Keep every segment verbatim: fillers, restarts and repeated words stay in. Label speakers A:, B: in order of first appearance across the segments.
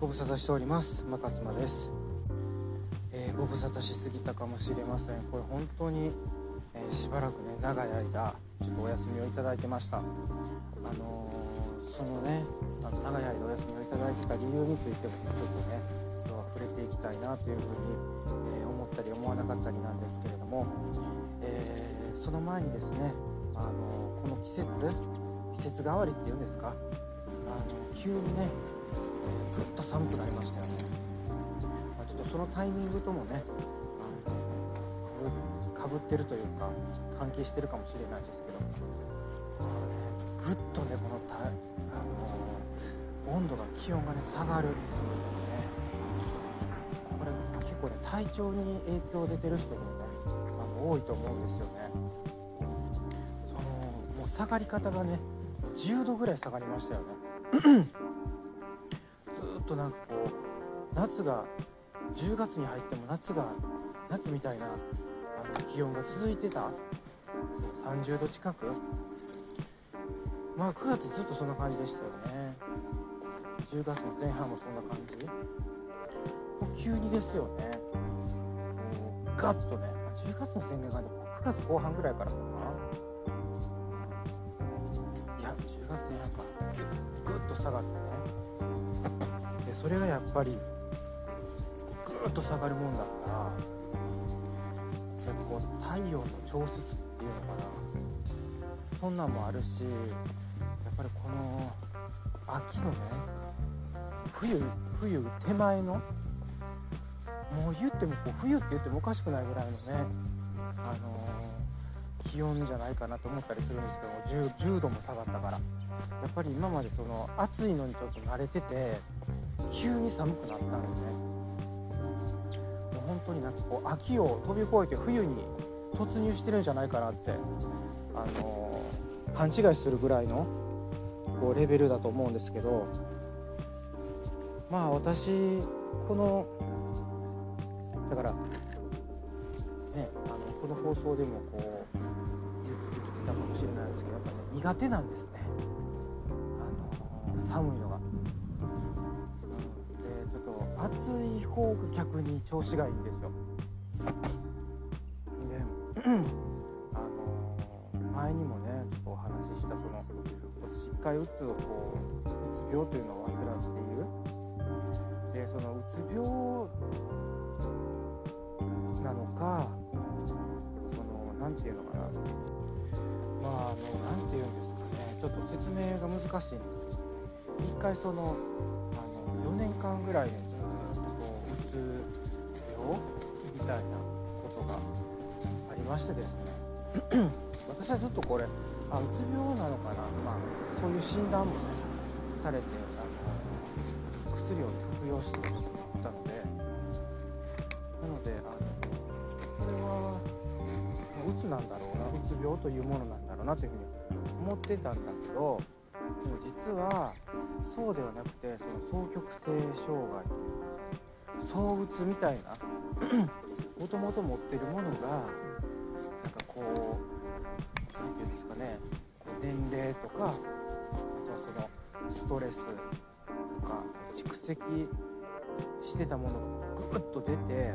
A: 無沙汰しております。中妻です。えー、ご無沙汰しすぎたかもしれません。これ本当に、えー、しばらくね長い間ちょっとお休みをいただいてました。あのー、そのねあの長い間お休みをいただいてた理由についてもちょっとね今日は触れていきたいなというふうに、えー、思ったり思わなかったりなんですけれども、えー、その前にですね、あのー、この季節季節変わりっていうんですか、あの急にねぐっと寒くなりましたよね。まあ、ちょっとそのタイミングともねかぶってるというか関係してるかもしれないですけど、あのね、ぐっとねこのた、あの温度が気温がね下がるっていうのがね、これ結構ね体調に影響出てる人もねあの多いと思うんですよね。そのもう下がり方がねじゅうどぐらい下がりましたよね。ずーっとなんかこう夏がじゅうがつに入っても夏が夏みたいなあの気温が続いてた。さんじゅうど近く、まあくがつずっとそんな感じでしたよね。じゅうがつの前半もそんな感じ。こう急にですよね、こうガッとねじゅうがつの宣言がくがつこう半ぐらいからかな、いやじゅうがつ前半かギュッグッと下がってね、でそれがやっぱりぐーっと下がるもんだから、結構太陽の調節っていうのかな、そんなんもあるし、やっぱりこの秋のね冬冬手前の、もう言ってもこう冬って言ってもおかしくないぐらいのね、あのー、気温じゃないかなと思ったりするんですけども、 10, じゅうども下がったから、やっぱり今までその暑いのにちょっと慣れてて急に寒くなったんでね、もう本当になんかこう秋を飛び越えて冬に突入してるんじゃないかなって、あのー、勘違いするぐらいのこうレベルだと思うんですけど、まあ私このだからね、あのこの放送でもこう言ってきてたかもしれないですけど、やっぱね苦手なんですね、あの寒いのが、うん、でちょっと暑い方が逆に調子がいいんですよ。で、あの前にもねちょっとお話しした、その私一回うつをこううつ病というのを患っている。でそのうつ病なのか、そのなんていうのかな、まああのなんていうんですかね、ちょっと説明が難しいんですよ。一回そのあのよねんかんぐらいねずっとこううつ病みたいなことがありましてですね私はずっとこれあうつ病なのかな、まあそういう診断もねされて、あの薬を服用してたので、なのであのこれはうつなんだろうな、うつ病というものなんだろうなというふうに思ってたんだけど、でも実はそうではなくて、その双極性障害という躁うつみたいなもともと持ってるものがなんかこうなんていうんですかね、こう年齢とか、あとはそのストレスとか蓄積してたものがぐっと出て、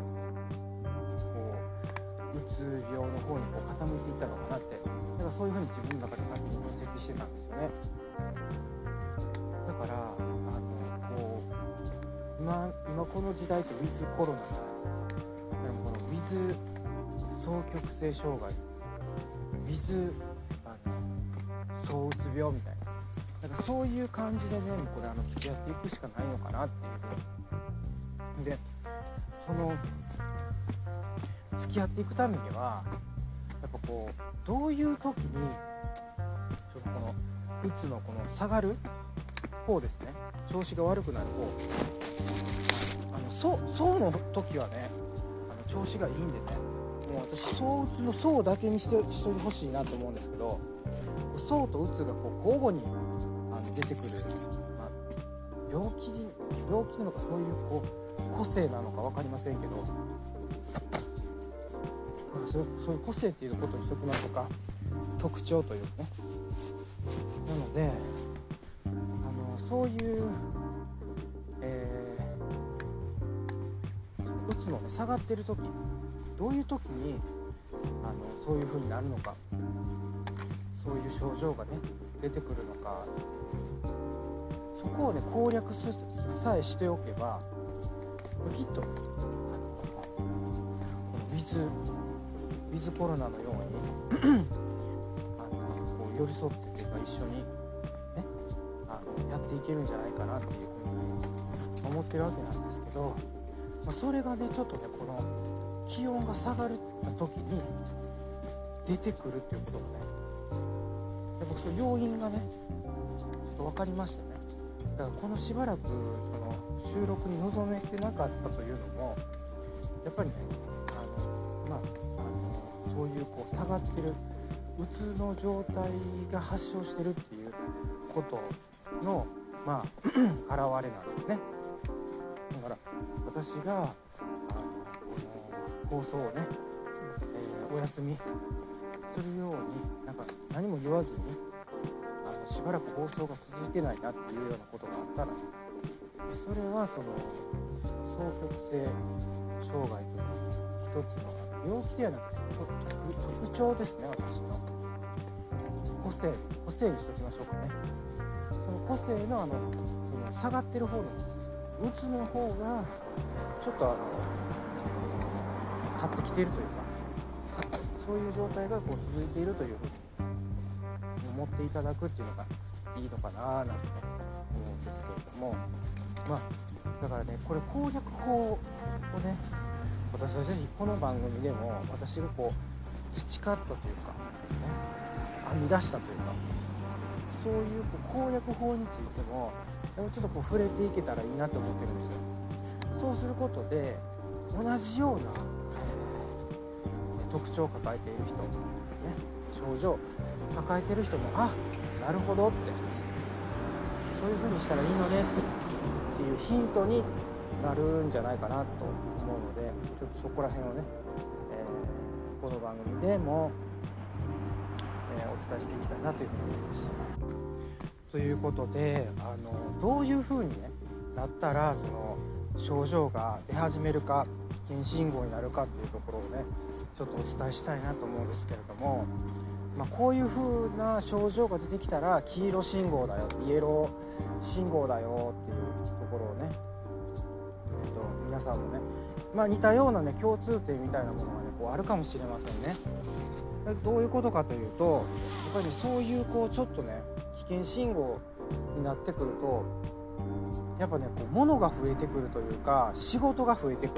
A: うつ病の方にこう傾いていったのかなって、だからそういう風に自分の中で勝手に分析してたんですよね。だからあのこう 今, 今この時代ってウィズコロナじゃないですか。でもこのウィズ双極性障害、ウィズあの躁うつ病みたいな、だからそういう感じでね、これあの付き合っていくしかないのかなっていう風に。でその付き合っていくためにはやっぱこうどういう時にちょっとこのうつのこの下がる方ですね、調子が悪くなる方、あのそうそうの時はねあの調子がいいんでね、もう私躁うつの躁だけにしてしてほしいなと思うんですけど、躁とうつがこう交互にあの出てくる、まあ、病気病気なのかそういうこう個性なのか分かりませんけど、そういう個性っていうことにしときましょうか、特徴というね。なのであのそういう、えうつのね下がってる時、どういう時にあのそういう風になるのか、そういう症状がね出てくるのか、そこをね攻略さえしておけばきっとこのウィズウィズコロナのようにあのこう寄り添ってというか一緒に、ね、あのやっていけるんじゃないかなっていうふうに思ってるわけなんですけど、まあ、それがねちょっとねこの気温が下がった時に出てくるっていうことがね、で僕その要因がねちょっと分かりましたね。だからこのしばらくその収録に臨めてなかったというのもやっぱりねあのまああのそういうこう下がってるうつの状態が発症してるっていうことのまあ現れなんですね。だから私があのこの放送をね、えー、お休みするようになんか何も言わずにあのしばらく放送が続いてないなっていうようなことがあったら、それはその双極性障害という一つの病気ではなくて特徴ですね。私の個性個性にしときましょうかね。その個性のあのその下がってる方のですうつの方がちょっとあの勝ってきているというか、そういう状態がこう続いているというふうに思っていただくっていうのがいいのかななんて、ね、思うんですけれども、まあだからねこれ攻略法をね私はぜひこの番組でも私がこう培ったというか、ね、編み出したというか、そういうこう攻略法についてもちょっとこう触れていけたらいいなと思ってるんですよ。そうすることで同じような、えー、特徴を抱えている人、ね、症状を抱えている人もあなるほどってそういう風にしたらいいのねっていうヒントになるんじゃないかなと思うので、ちょっとそこら辺をね、えー、この番組でも、えー、お伝えしていきたいなというふうに思います。ということであのどういう風に、ね、なったらその症状が出始めるか危険信号になるかっていうところをねちょっとお伝えしたいなと思うんですけれども、まあ、こういう風な症状が出てきたら黄色信号だよイエロー信号だよっていうところをね、えっと、皆さんもね、まあ、似たようなね共通点みたいなものがねこうあるかもしれませんね。どういうことかというとやっぱりそういうこうちょっとね危険信号になってくるとやっぱねこう物が増えてくるというか仕事が増えてく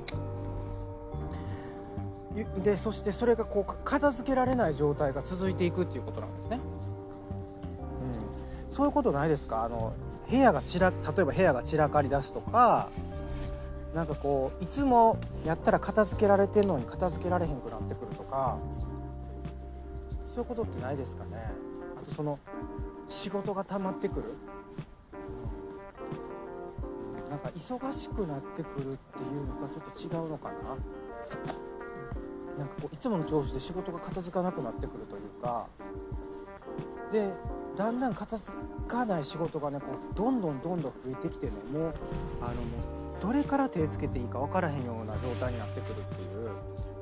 A: るで、そしてそれがこう片付けられない状態が続いていくっていうことなんですね。うん、そういうことないですか？あの部屋が散ら例えば部屋が散らかり出すとか、なんかこういつもやったら片付けられてんのに片付けられへんくなってくるとか、そういうことってないですかね。あとその仕事が溜まってくる、なんか忙しくなってくるっていうのとはちょっと違うのかな。なんかこういつもの調子で仕事が片付かなくなってくるというか、でだんだん片付かない仕事がねこうどんどんどんどん増えてきてね、もうあのもうどれから手つけていいか分からへんような状態になってくるっていう、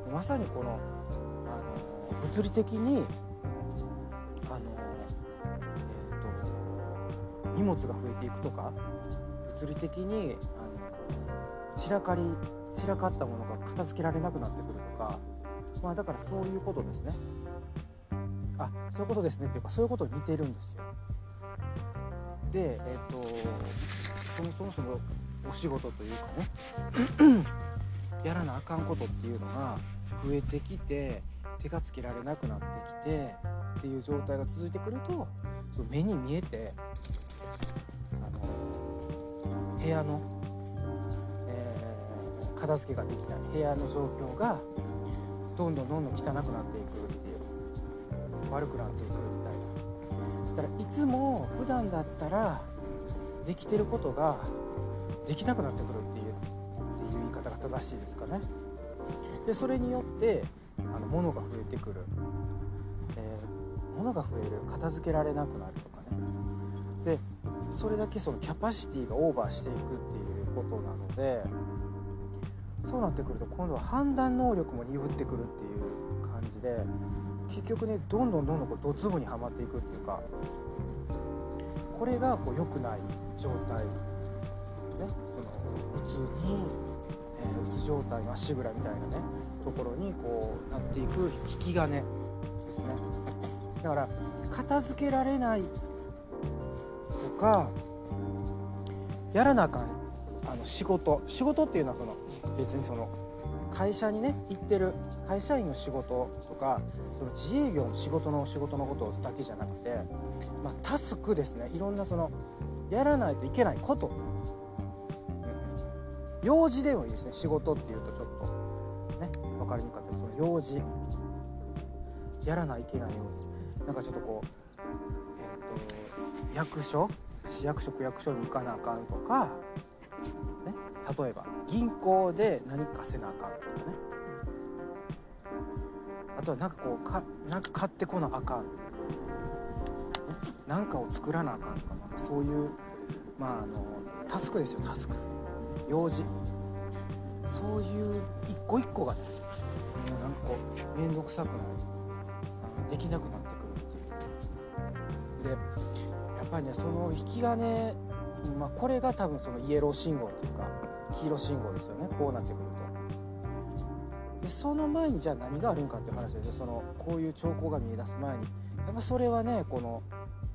A: まさにこの、あの物理的にあの、えーと、荷物が増えていくとか、物理的にあの散らかり散らかったものが片付けられなくなってくるとか、まあだからそういうことですね。あ、そういうことですねっていうか、そういうことに似てるんですよ。で、えっとそもそもそのお仕事というかねやらなあかんことっていうのが増えてきて、手がつけられなくなってきてっていう状態が続いてくると、その目に見えてあの部屋の、えー、片付けができない部屋の状況がどんどんどんどん汚くなっていくっていう、悪くなっていくみたいな。だからいつも普段だったらできてることができなくなってくるっていう、っていう言い方が正しいですかね。でそれによってあの物が増えてくる、えー、物が増える、片付けられなくなるとかね。でそれだけそのキャパシティがオーバーしていくっていうことなので、 そうなってくると今度は判断能力も鈍ってくるっていう感じで、結局ねどんどんどんどんこうドツボにはまっていくっていうか、これがこう良くない状態ね、そのうつに、えー、うつ状態まっしぐらみたいなねところにこうなっていく引き金ですね。だから片付けられないとか、やらなあかんあの仕事仕事っていうのはその別にその会社にね行ってる会社員の仕事とか、その自営業の仕事の仕事のことだけじゃなくて、まあ、タスクですね。いろんなそのやらないといけないこと、うん、用事でもいいですね。仕事っていうとちょっとね分かりにくかったです。その用事、やらないといけない用事、なんかちょっとこう、えー、と役所市役所区役所に行かなあかんとか、ね、例えば銀行で何かせなあかんとかね、あとはなんかこうかなんか買ってこなあかん、ね、なんかを作らなあかんとか、まあ、そういう、まあ、あのタスクですよ。タスク、用事、そういう一個一個がね、もうなんかこう面倒くさくなる、できなくなってくるっていう。でやっぱりねその引き金、まあ、これが多分そのイエロー信号っていうか黄色信号ですよね。こうなってくると。でその前にじゃあ何があるんかっていう話で、そのこういう兆候が見え出す前にやっぱそれはね、この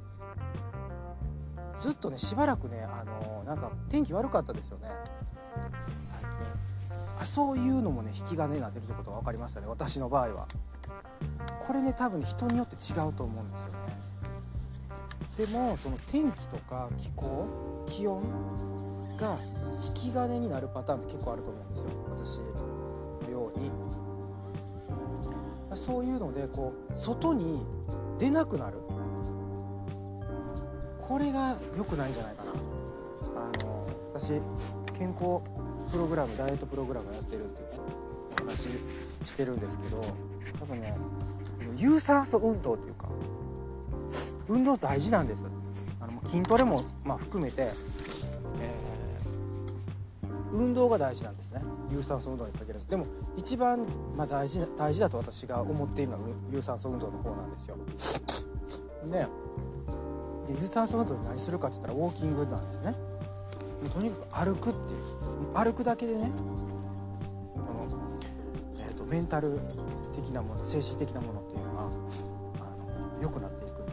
A: ずっとねしばらくねあのなんか天気悪かったですよね最近。あ、そういうのもね引き金になってるってことが分かりましたね、私の場合は。これね多分ね人によって違うと思うんですよね。でもその天気とか気候気温が引き金になるパターンって結構あると思うんですよ、私のように。そういうのでこう外に出なくなる、これが良くないんじゃないかな。あの私健康プログラムダイエットプログラムやってるっていう、ね、お話してるんですけど、多分ね有酸素運動っていうか運動大事なんです。あの筋トレも、まあ、含めて、えー、運動が大事なんですね、有酸素運動に限らず。でも一番、まあ、大事大事だと私が思っているのは有酸素運動の方なんですよ。でで有酸素運動で何するかって言ったらウォーキングなんですね。もうとにかく歩くっていう、歩くだけでねこの、えーと、メンタル的なもの、精神的なものっていうのはあの良くなっていくん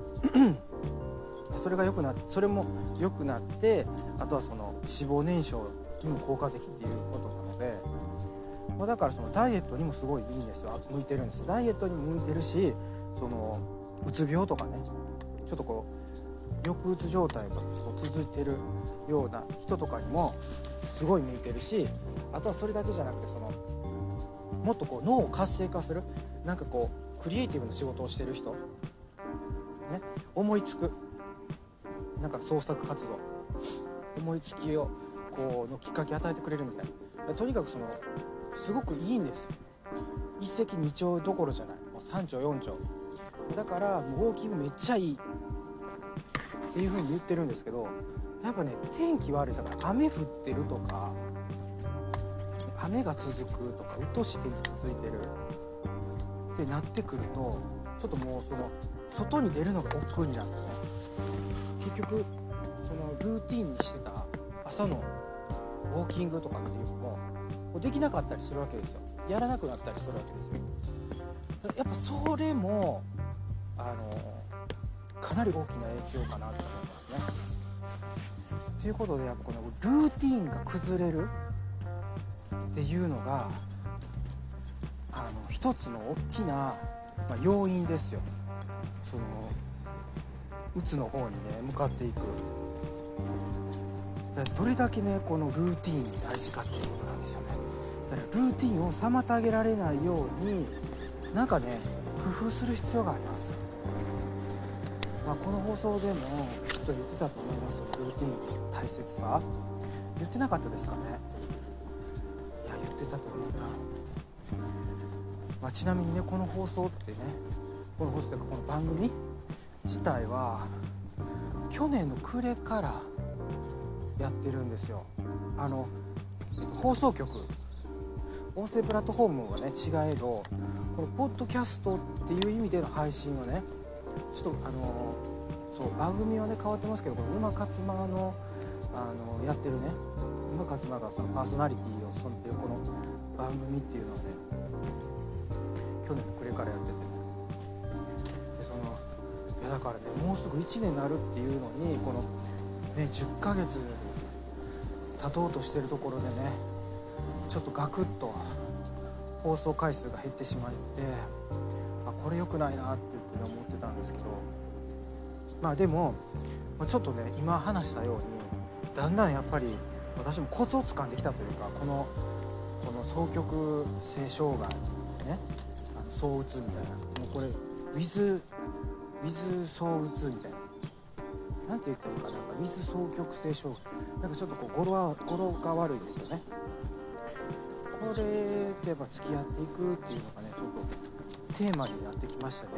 A: ですそれが良くなってそれも良くなって、あとはその脂肪燃焼にも効果的っていうことなので、まあ、だからそのダイエットにもすごいいいんですよ。向いてるんです。ダイエットにも向いてるし、そのうつ病とかね、ちょっとこう抑うつ状態が続いてるような人とかにもすごい向いてるし、あとはそれだけじゃなくて、そのもっとこう脳を活性化する、なんかこうクリエイティブな仕事をしてる人、ね、思いつくなんか創作活動、思いつきをこうのきっかけ与えてくれるみたいな、とにかくそのすごくいいんです。一石二鳥どころじゃない、もう三鳥四鳥だから、もうウォーキングめっちゃいいっていう風に言ってるんですけど、やっぱね天気悪い、だから雨降ってるとか雨が続くとかうっとうしい天気が続いてるってなってくると、ちょっともうその外に出るのが億劫になってね、結局そのルーティンにしてた朝のウォーキングとかっていうのもできなかったりするわけですよ。やらなくなったりするわけですよ。やっぱそれもあのかなり大きな影響かなと思いますね。ということで、やっぱこのルーティンが崩れるっていうのがあの一つの大きな、まあ、要因ですよ。そのうつの方にね向かっていく。だからどれだけねこのルーティン大事かっていうことなんですよね。だからルーティンを妨げられないようになんかね工夫する必要があります。まあ、この放送でもちょっと言ってたと思います。ルーティンの大切さ言ってなかったですかね。いや言ってたと思うな。まあ、ちなみにねこの放送ってねこの放送というかこの番組自体は去年の暮れからやってるんですよ。あの放送局音声プラットフォームはね違えど、このポッドキャストっていう意味での配信はね、ちょっとあのそう番組はね変わってますけど、この馬勝間のあのやってるね、馬勝間がそのパーソナリティを務めてるこの番組っていうのはね、去年の暮れからやってて、でそのいやだからね、もうすぐいちねんになるっていうのに、このねじゅっかげつ経とうとしてるところでね、ちょっとガクッと放送回数が減ってしまって、あこれ良くないなって言って思ってたんですけど、まあでもちょっとね今話したように、だんだんやっぱり私もコツをつかんできたというか、このこの双極性障害ね、あの躁うつみたいな、もうこれウィズウィズ躁うつみたいな、なんて言ったらいいかな、なんかウィズ双極性障害、なんかちょっとこう語呂は語呂が悪いですよね。これでやっぱ付き合っていくっていうのがね、ちょっとテーマになってきましたね。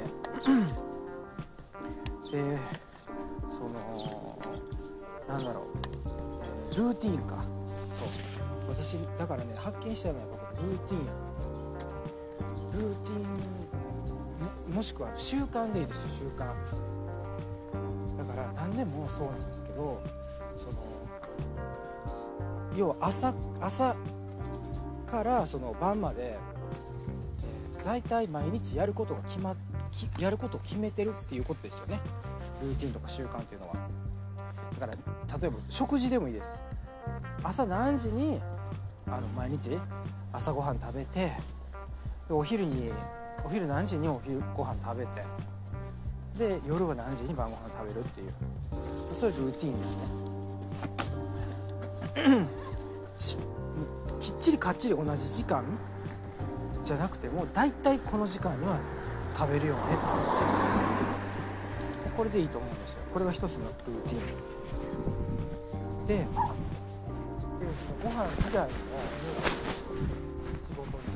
A: でそのなんだろう、えー、ルーティーンか、そう私だからね発見したのはやっぱこのルーティーンルーティーン も, もしくは習慣でいいですよ、習慣だから何でもそうなんですけど、その要は朝朝からその晩まで、えー、だいたい毎日やることが決まっやることを決めてるっていうことですよね、ルーティンとか習慣っていうのは。だから例えば食事でもいいです。朝何時にあの毎日朝ごはん食べて、でお昼にお昼何時にお昼ご飯食べて、で夜は何時に晩ご飯食べるっていう、そういうルーティンですね。きっちりかっちり同じ時間じゃなくても、だいたいこの時間には食べるよねって、これでいいと思うんですよ。これが一つのルーティンで、でご飯以外の仕事に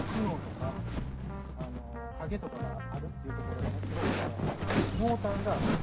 A: モーターが